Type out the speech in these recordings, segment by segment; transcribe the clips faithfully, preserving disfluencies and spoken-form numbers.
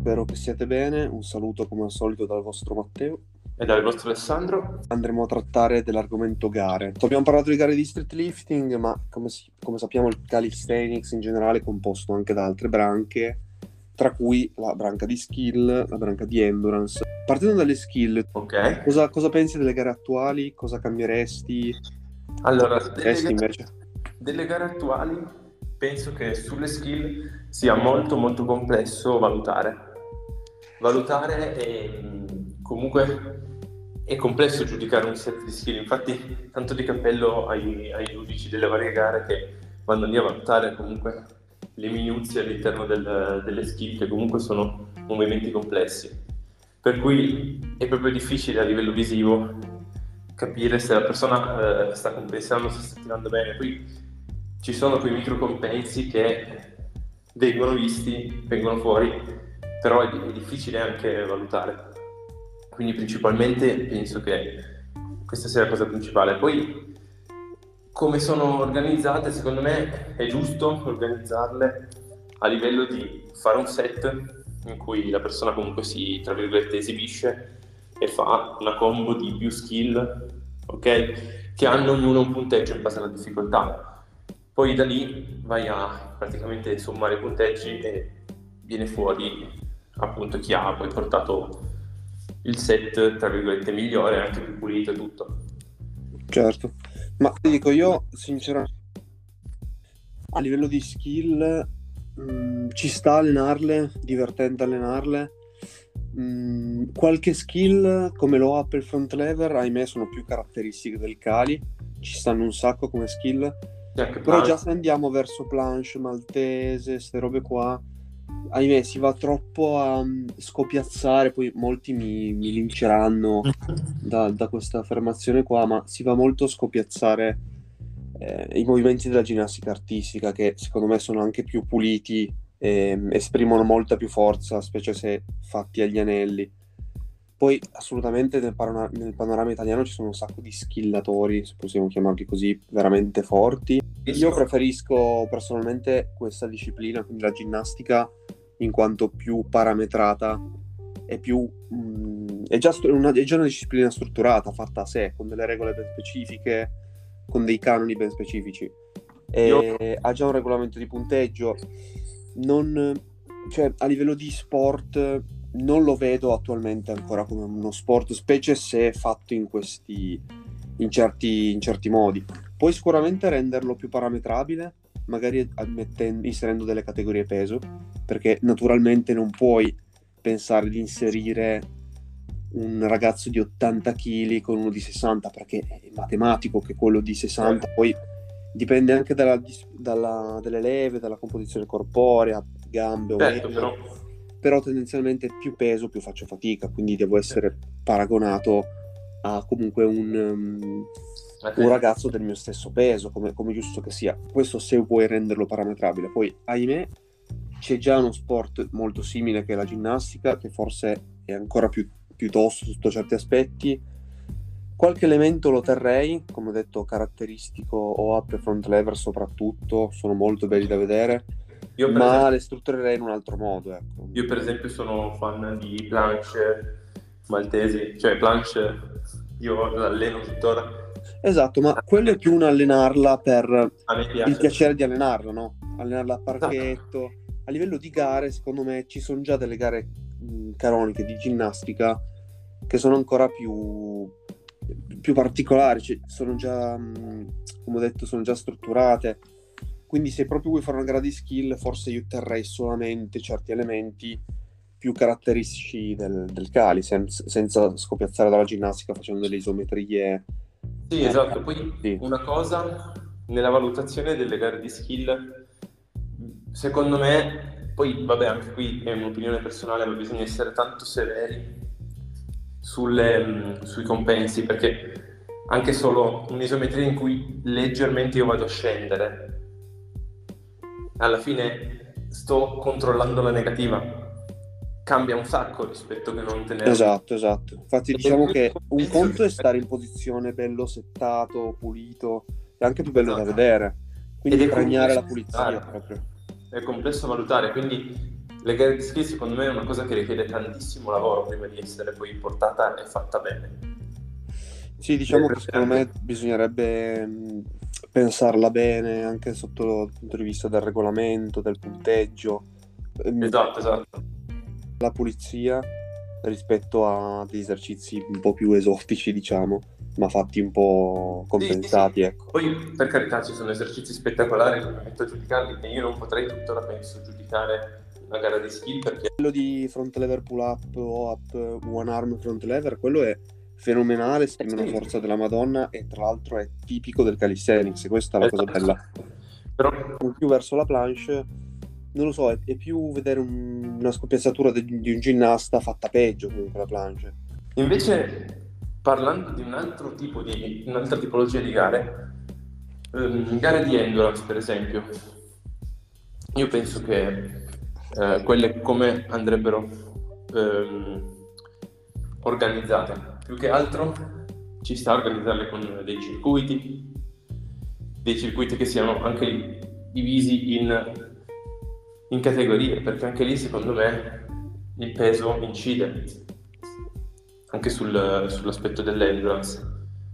Spero che siate bene. Un saluto come al solito dal vostro Matteo. E dal vostro Alessandro. Andremo a trattare dell'argomento gare. Abbiamo parlato di gare di street lifting, ma come, si- come sappiamo il calisthenics in generale è composto anche da altre branche, tra cui la branca di skill, la branca di endurance. Partendo dalle skill, Ok. cosa, cosa pensi delle gare attuali? Cosa cambieresti? Allora, Cosa delle faresti gare, invece? delle gare attuali penso che sulle skill sia molto molto complesso valutare. Valutare è mh, comunque è complesso giudicare un set di skill, infatti tanto di cappello ai, ai giudici delle varie gare che vanno lì a valutare comunque le minuzie all'interno del- delle skill che comunque sono movimenti complessi. Per cui è proprio difficile a livello visivo capire se la persona eh, sta compensando, se sta tirando bene. Poi ci sono quei micro compensi che vengono visti, vengono fuori, però è, è difficile anche valutare. Quindi principalmente penso che questa sia la cosa principale. Poi come sono organizzate, secondo me è giusto organizzarle a livello di fare un set in cui la persona comunque si, tra virgolette, esibisce e fa una combo di più skill, ok? Che hanno ognuno un punteggio in base alla difficoltà. Poi da lì vai a praticamente sommare i punteggi e viene fuori appunto chi ha poi portato il set, tra virgolette, migliore, anche più pulito e tutto. Certo, ma ti dico io sinceramente a livello di skill mh, ci sta allenarle, divertente allenarle. Mh, qualche skill come lo up e il front lever, ahimè, sono più caratteristiche del Cali, ci stanno un sacco come skill, C'è anche però già planche. se andiamo verso planche, maltese, ste robe qua, ahimè, si va troppo a mh, scopiazzare, poi molti mi, mi linceranno da, da questa affermazione qua, ma si va molto a scopiazzare eh, i movimenti della ginnastica artistica, che secondo me sono anche più puliti e mm, esprimono molta più forza, specie se fatti agli anelli. Poi assolutamente nel, parana- nel panorama italiano ci sono un sacco di skillatori, se possiamo chiamarli così, veramente forti. Io preferisco personalmente questa disciplina, quindi la ginnastica, in quanto più parametrata e più mh, è già, stu- una, è già una disciplina strutturata, fatta a sé, con delle regole ben specifiche, con dei canoni ben specifici. Io E ha già un regolamento di punteggio. Non, cioè, a livello di sport non lo vedo attualmente ancora come uno sport, specie se fatto in questi, in certi, in certi modi. Puoi sicuramente renderlo più parametrabile, magari ammettendo- inserendo delle categorie peso, perché naturalmente non puoi pensare di inserire un ragazzo di ottanta chili con uno di sessanta, perché è matematico che quello di sessanta, poi dipende anche dalla, dis- dalla- dalle leve, dalla composizione corporea, gambe o certo, meno, però però tendenzialmente più peso più faccio fatica, quindi devo essere paragonato a comunque un, um, un ragazzo del mio stesso peso, come, come giusto che sia. Questo se vuoi renderlo parametrabile. Poi, ahimè, c'è già uno sport molto simile che è la ginnastica, che forse è ancora più, più tosto sotto certi aspetti. Qualche elemento lo terrei, come ho detto, caratteristico o up e front lever soprattutto, sono molto belli da vedere, io per ma esempio, le strutturerei in un altro modo, ecco. io per esempio sono fan di planche maltesi, cioè planche io l'alleno tuttora. Esatto, ma quello è più un allenarla per A me il piace. piacere di allenarla, no? Allenarla a Esatto. parchetto. A livello di gare, secondo me, ci sono già delle gare mh, canoniche di ginnastica che sono ancora più, più particolari, cioè, sono già, mh, come ho detto, sono già strutturate. Quindi se proprio vuoi fare una gara di skill, forse io terrei solamente certi elementi più caratteristici del, del Cali, sen- senza scopiazzare dalla ginnastica facendo delle isometrie. Sì, Eh, esatto. Poi sì. una cosa nella valutazione delle gare di skill, secondo me, poi vabbè, anche qui è un'opinione personale, ma bisogna essere tanto severi sulle, mh, sui compensi, perché anche solo un'isometria in cui leggermente io vado a scendere, alla fine sto controllando la negativa, cambia un sacco rispetto che non tenermi. Esatto, esatto. Infatti Ed è diciamo l'unico che un compenso conto è che... stare in posizione bello settato, pulito, è anche più bello da Esatto. vedere. Ed Quindi è premiare complesso la pulizia valutare, proprio. è complesso valutare, quindi le gare di skill secondo me è una cosa che richiede tantissimo lavoro prima di essere poi portata e fatta bene. Sì, diciamo che secondo me bisognerebbe mh, pensarla bene anche sotto il punto di vista del regolamento, del punteggio, ehm, Esatto, esatto. la pulizia rispetto a degli esercizi un po' più esotici, diciamo, ma fatti un po' compensati, Sì, sì, sì. ecco. Poi per carità ci sono esercizi spettacolari, non mi metto a giudicarli, e io non potrei tuttora penso giudicare una gara di skill perché Quello di front lever pull up o up one arm front lever, quello è fenomenale, esprime una sì, forza della Madonna e tra l'altro è tipico del calisthenics, questa è la cosa esatto. bella. Però Più verso la planche, non lo so, è, è più vedere un- una scoppiazzatura di, di un ginnasta fatta peggio comunque la planche. invece parlando di un altro tipo di un'altra tipologia di gare, ehm, gare di endurance per esempio, io penso che eh, quelle come andrebbero ehm, organizzate, più che altro ci sta a organizzarle con dei circuiti, dei circuiti che siano anche lì divisi in, in categorie, perché anche lì secondo me il peso incide anche sul, sull'aspetto dell'endurance.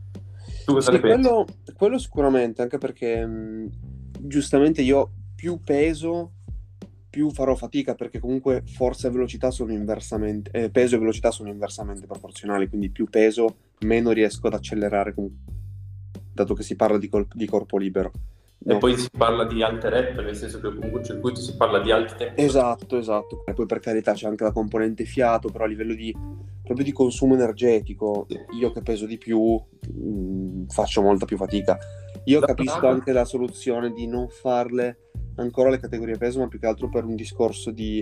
Tu cosa Sì, ne pensi? quello, quello sicuramente, anche perché mh, giustamente io più peso, più farò fatica, perché comunque forza e velocità sono inversamente, eh, peso e velocità sono inversamente proporzionali, quindi più peso, meno riesco ad accelerare, com- dato che si parla di, col- di corpo libero. E No. poi si parla di alte rep, nel senso che comunque il circuito si parla di alti tempi. Esatto, esatto. E poi per carità c'è anche la componente fiato, però a livello di, proprio di consumo energetico, io che peso di più mh, faccio molta più fatica. Io capisco anche la soluzione di non farle ancora le categorie peso, ma più che altro per un discorso di,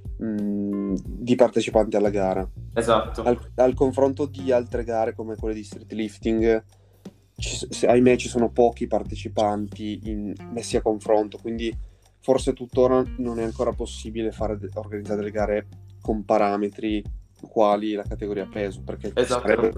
mh, di partecipanti alla gara. Esatto. Al, al confronto di altre gare come quelle di street lifting, ci, se- ahimè ci sono pochi partecipanti in- messi a confronto, quindi forse tuttora non è ancora possibile fare de- organizzare delle gare con parametri quali la categoria peso, perché ci Esatto. sarebbe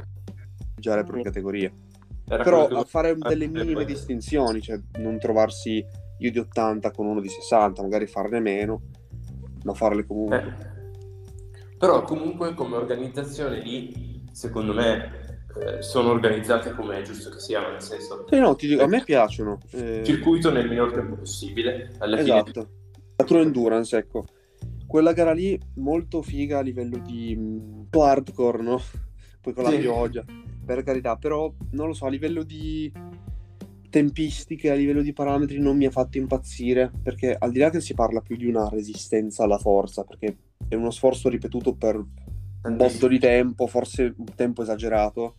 già per categorie. Era Però quello a che fare volevo delle dire minime poi. distinzioni, cioè non trovarsi io di ottanta con uno di sessanta, magari farne meno, ma farle comunque. Eh. Però comunque come organizzazione lì, secondo me, eh, sono organizzate come è giusto che siano, nel senso Sì, no, ti dico, a me piacciono. eh, circuito nel minor tempo possibile, alla Esatto. La True Endurance, ecco. Quella gara lì molto figa a livello di mh, hardcore, no? Poi con la Sì. pioggia, per carità, però non lo so, a livello di tempistiche, a livello di parametri non mi ha fatto impazzire, perché al di là che si parla più di una resistenza alla forza, perché è uno sforzo ripetuto per un botto di tempo, forse un tempo esagerato.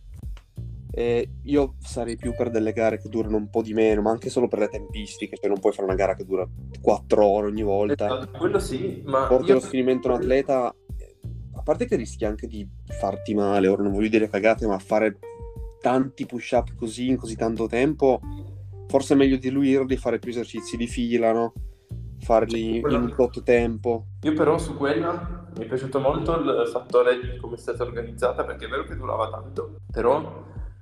Eh, io sarei più per delle gare che durano un po' di meno, ma anche solo per le tempistiche, cioè non puoi fare una gara che dura quattro ore ogni volta. Esatto, quello sì, ma Porti io... allo sfinimento un atleta, a parte che rischi anche di farti male, ora non voglio dire cagate, ma fare tanti push-up così in così tanto tempo, forse è meglio diluirli, fare più esercizi di fila, no? Farli in un tot tempo. Io però su quella mi è piaciuto molto il fattore di come è stata organizzata, perché è vero che durava tanto, però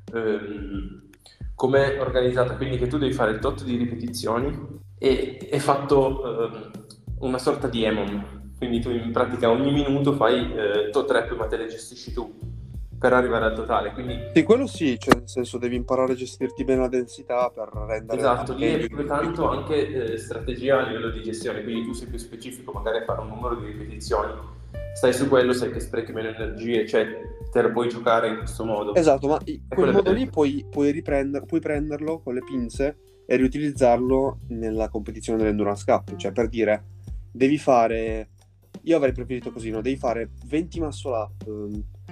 ehm, come è organizzata, quindi che tu devi fare il tot di ripetizioni e è fatto ehm, una sorta di E M O M, quindi tu in pratica ogni minuto fai eh, tot rep ma te le gestisci tu per arrivare al totale, quindi Sì, quello sì, cioè nel senso devi imparare a gestirti bene la densità per rendere esatto, lì è meglio più tanto anche eh, strategia a livello di gestione, quindi tu sei più specifico, magari a fare un numero di ripetizioni, stai su quello, sai che sprechi meno energie, cioè te lo puoi giocare in questo modo. Esatto, ma in E quel quello è modo bello. lì puoi, puoi, riprender- puoi prenderlo con le pinze e riutilizzarlo nella competizione dell'Endurance Cup, cioè per dire, devi fare, io avrei preferito così, no? Devi fare venti muscle up,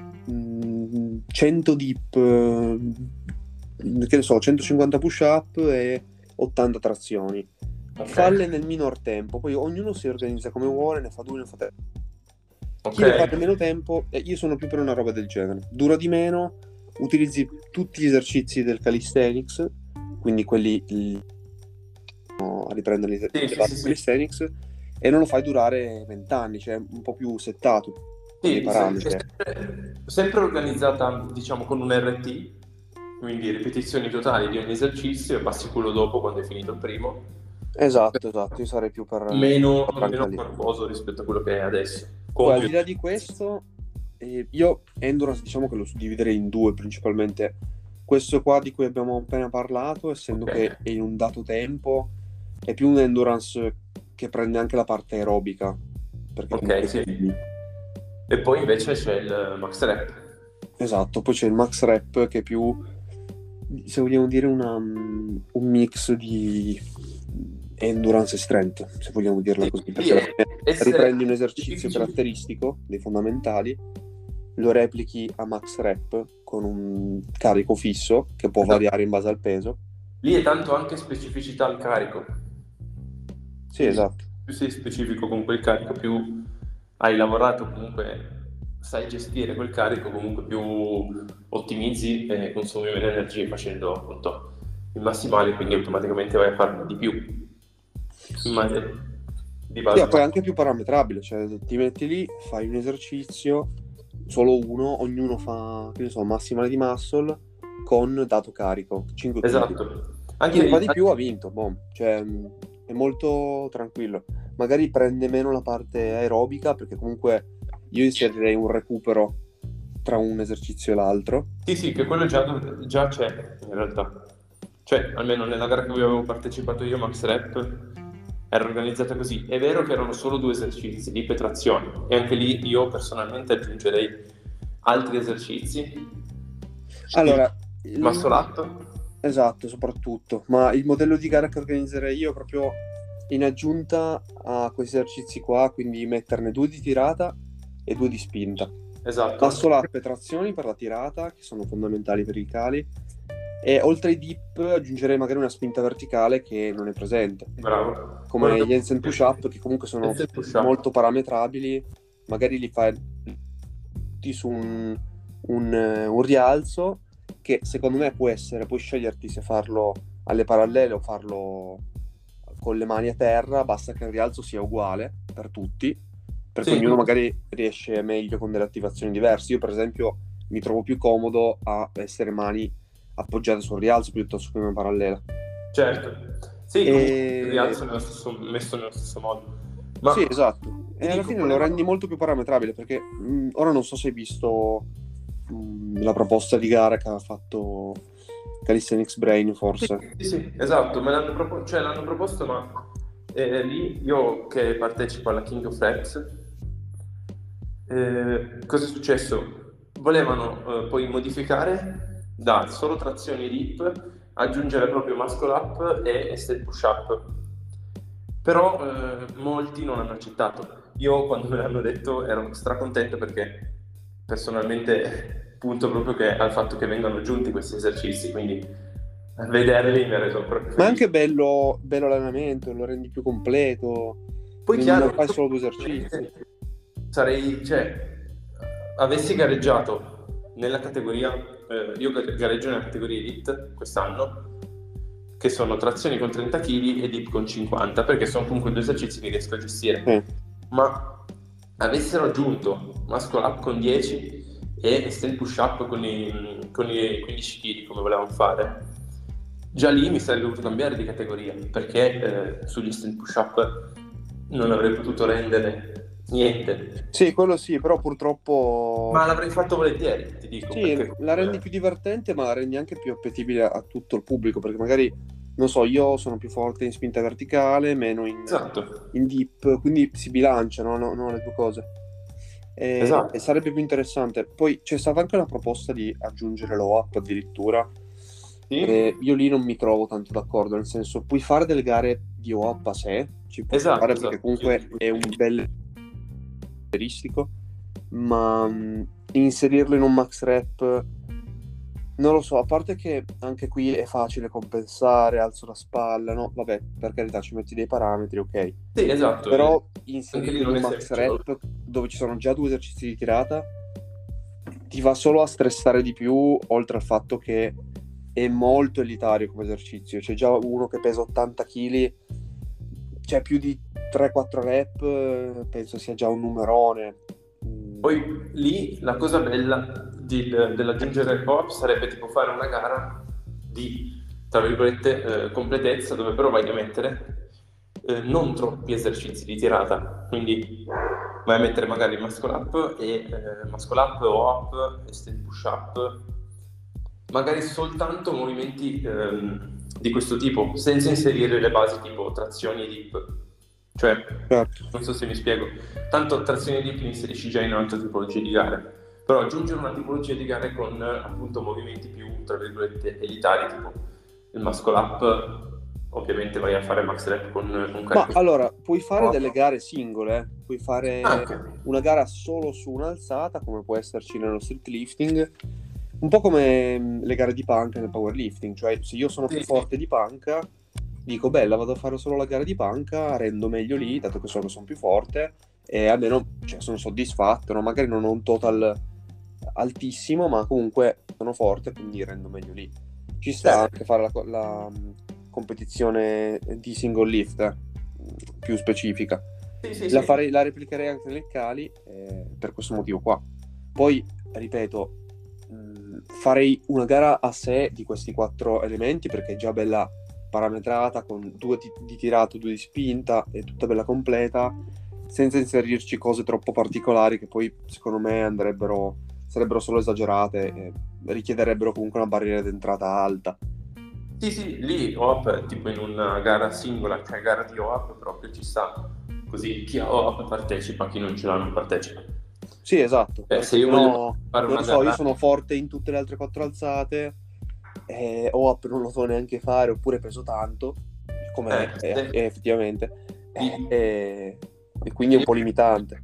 mm, cento dip, eh, che ne so, centocinquanta push up e ottanta trazioni. Ok. Falle nel minor tempo, poi ognuno si organizza come vuole, ne fa due, ne fa tre. Ok. Chi le fa per meno tempo, eh, io sono più per una roba del genere. Dura di meno, utilizzi tutti gli esercizi del calisthenics, quindi quelli il- no, a riprendere Sì, le sì, basi sì, sì. calisthenics, e non lo fai durare vent'anni, cioè un po' più settato con i Sì, parametri. se- sempre, sempre organizzata, diciamo, con un R T, quindi ripetizioni totali di ogni esercizio e passi quello dopo quando hai finito il primo. Esatto, esatto, io sarei più per Meno, per meno lì. corposo rispetto a quello che è adesso. Poi Con al più di là di questo, eh, io Endurance diciamo che lo suddividerei in due principalmente. Questo qua di cui abbiamo appena parlato, essendo Ok, che è in un dato tempo, è più un Endurance che prende anche la parte aerobica, perché ok, comunque sì. devi- E poi invece c'è il Max Rep. Esatto, poi c'è il Max Rep che è più, se vogliamo dire, una, um, un mix di endurance e strength, se vogliamo dirla Sì, così, lì perché alla è fine essere riprendi un esercizio specifici. caratteristico dei fondamentali, lo replichi a max rep con un carico fisso che può Esatto. variare in base al peso. Lì è tanto anche specificità al carico. Sì, Quindi esatto. più sei specifico con quel carico, più hai lavorato, comunque sai gestire quel carico, comunque più ottimizzi e consumi meno energie facendo appunto il massimale, quindi automaticamente vai a farne di più. Ma di Sì, base. e poi è anche più parametrabile, cioè ti metti lì, fai un esercizio, solo uno, ognuno fa, che ne so, massimale di muscle con dato carico, cinque chili. Esatto. Chi Anche ne fa lì, di più ha vinto, boh. Cioè, mh, è molto tranquillo. Magari prende meno la parte aerobica, perché comunque io inserirei un recupero tra un esercizio e l'altro. sì, sì, che quello già, già c'è in realtà. Cioè, almeno nella gara che avevo partecipato io, Max Rep, era organizzata così. È vero che erano solo due esercizi, lip e trazione, e anche lì io personalmente aggiungerei altri esercizi, tipo Allora, muscle il- up. esatto, soprattutto. Ma il modello di gara che organizzerei io è proprio in aggiunta a questi esercizi qua, quindi metterne due di tirata e due di spinta. Esatto. Muscle up e trazioni per la tirata, che sono fondamentali per i cali, e oltre ai dip aggiungerei magari una spinta verticale che non è presente, Bravo. Quello come gli handstand push up, che comunque sono che push molto up. parametrabili, magari li fai tutti su un, un, eh, un rialzo che secondo me può essere, puoi sceglierti se farlo alle parallele o farlo con le mani a terra, basta che il rialzo sia uguale per tutti, perché Sì, ognuno magari riesce meglio con delle attivazioni diverse. Io per esempio mi trovo più comodo a essere mani appoggiate sul rialzo piuttosto che in parallela. certo. Sì, comunque il E... rialzo nello stesso, messo nello stesso modo. Sì, Ma esatto. ti E alla dico, fine lo rendi volevo... molto più parametrabile perché mh, ora non so se hai visto mh, la proposta di gara che ha fatto Calisthenics Brain, Sì, forse. sì, sì, esatto, me l'hanno propo- cioè, l'hanno proposto, ma eh, lì io che partecipo alla King of Reps, eh, cosa è successo? Volevano eh, poi modificare da solo trazioni dip, aggiungere proprio muscle up e step push up. Però eh, molti non hanno accettato. Io quando me l'hanno detto ero stracontento perché personalmente punto proprio che, al fatto che vengano aggiunti questi esercizi, quindi vederli mi ha reso ancora più Ma è felice. anche bello, bello l'allenamento, lo rendi più completo, Poi non, non chiaro, fai io solo due esercizi. sarei, cioè, avessi gareggiato nella categoria, eh, io gareggio nella categoria Elite quest'anno, che sono trazioni con trenta chili e dip con cinquanta, perché sono comunque due esercizi che riesco a gestire. Eh. Ma avessero aggiunto muscle up con dieci e stand push up con i, con i quindici chili come volevamo fare, già lì mi sarei dovuto cambiare di categoria perché eh, sugli stand push up non avrei potuto rendere niente. Sì, quello sì, però purtroppo Ma l'avrei fatto volentieri, ti dico, sì, perché la rendi comunque... più divertente, ma la rendi anche più appetibile a, a tutto il pubblico, perché magari, non so, io sono più forte in spinta verticale, meno in, Esatto, in dip, quindi si bilanciano, no, no, le due cose. E, e esatto. sarebbe più interessante. Poi c'è stata anche la proposta di aggiungere l'O A P addirittura. E Sì, io lì non mi trovo tanto d'accordo, nel senso, puoi fare delle gare di O A P a sé, ci può esatto, stare perché esatto. comunque è un bel caratteristico, ma mh, inserirlo in un max rep non lo so, a parte che anche qui è facile compensare, alzo la spalla, no? Vabbè, per carità, ci metti dei parametri, ok. Sì, esatto. eh, Però Anche lì inserirlo in non un è max semplice. rep dove ci sono già due esercizi di tirata ti va solo a stressare di più, oltre al fatto che è molto elitario come esercizio. C'è già uno che pesa ottanta chili, c'è più di tre quattro rep, eh, penso sia già un numerone. Mm. Poi lì la cosa bella di- dell'aggiungere il co-op sarebbe tipo fare una gara di, tra virgolette, eh, completezza, dove però vai a mettere eh, non troppi esercizi di tirata, quindi vai a mettere magari muscle up e eh, muscle up o up, extend push up, magari soltanto movimenti ehm, di questo tipo, senza inserire le basi tipo trazioni e dip. Cioè, Certo. non so se mi spiego, tanto trazioni e dip li inserisci già in un'altra tipologia di gare, però aggiungere una tipologia di gare con appunto movimenti più, tra virgolette, elitari, tipo il muscle up, ovviamente vai a fare max rep con un carico. Ma allora, puoi fare delle gare singole, eh. Puoi fare Ah, okay. una gara solo su un'alzata, come può esserci nello street lifting, un po' come le gare di panca nel powerlifting, cioè se io sono Sì, più sì. forte di panca, dico bella, vado a fare solo la gara di panca, rendo meglio lì, dato che so che sono più forte, e almeno cioè, sono soddisfatto, no? Magari non ho un total altissimo, ma comunque sono forte, quindi rendo meglio lì. Ci sta Certo. anche fare la, la competizione di single lift, eh, più specifica. Sì, sì, La, sì. farei, la replicherei anche nel Cali, eh, per questo motivo qua. Poi, ripeto, mh, farei una gara a sé di questi quattro elementi, perché è già bella parametrata, con due di, di tirato, due di spinta, è tutta bella completa, senza inserirci cose troppo particolari che poi, secondo me, andrebbero, sarebbero solo esagerate e richiederebbero comunque una barriera d'entrata alta. Sì, sì, lì O A P tipo in una gara singola, cioè gara di O A P proprio ci sta, così chi ha O A P partecipa, chi non ce l'ha non partecipa. Sì, esatto. Beh, se io No, voglio fare non una lo so, gara... io sono forte in tutte le altre quattro alzate, e O A P non lo so neanche fare, oppure peso tanto, come Eh, è, se- è effettivamente, di- e, e quindi è un po' limitante.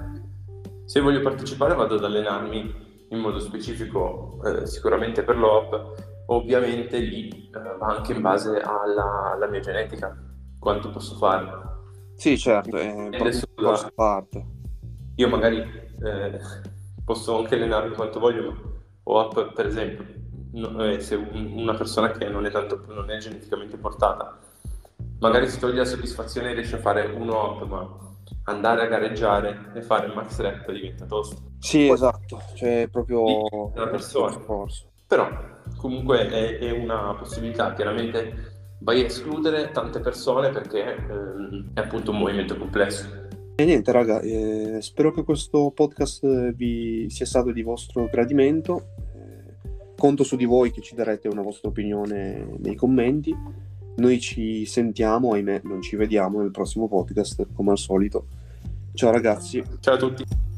Se voglio partecipare vado ad allenarmi in modo specifico, eh, sicuramente per l'O A P, ovviamente lì eh, va anche in base alla, alla mia genetica, quanto posso fare. Sì, certo, è E proprio adesso un corso a parte. io magari eh, posso anche allenarmi quanto voglio, ma O A P per esempio, no, eh, se un- una persona che non è, tanto, non è geneticamente portata, magari si toglie la soddisfazione e riesce a fare un O A P, ma andare a gareggiare e fare il max rep diventa tosto. Sì, Poi, esatto, c'è proprio lì è una un persona, discorso. però comunque è, è una possibilità, chiaramente vai a escludere tante persone perché ehm, è appunto un movimento complesso. E niente, raga, eh, spero che questo podcast eh, vi sia stato di vostro gradimento. Eh, conto su di voi che ci darete una vostra opinione nei commenti. Noi ci sentiamo, ahimè, non ci vediamo nel prossimo podcast, come al solito. Ciao ragazzi. Ciao a tutti.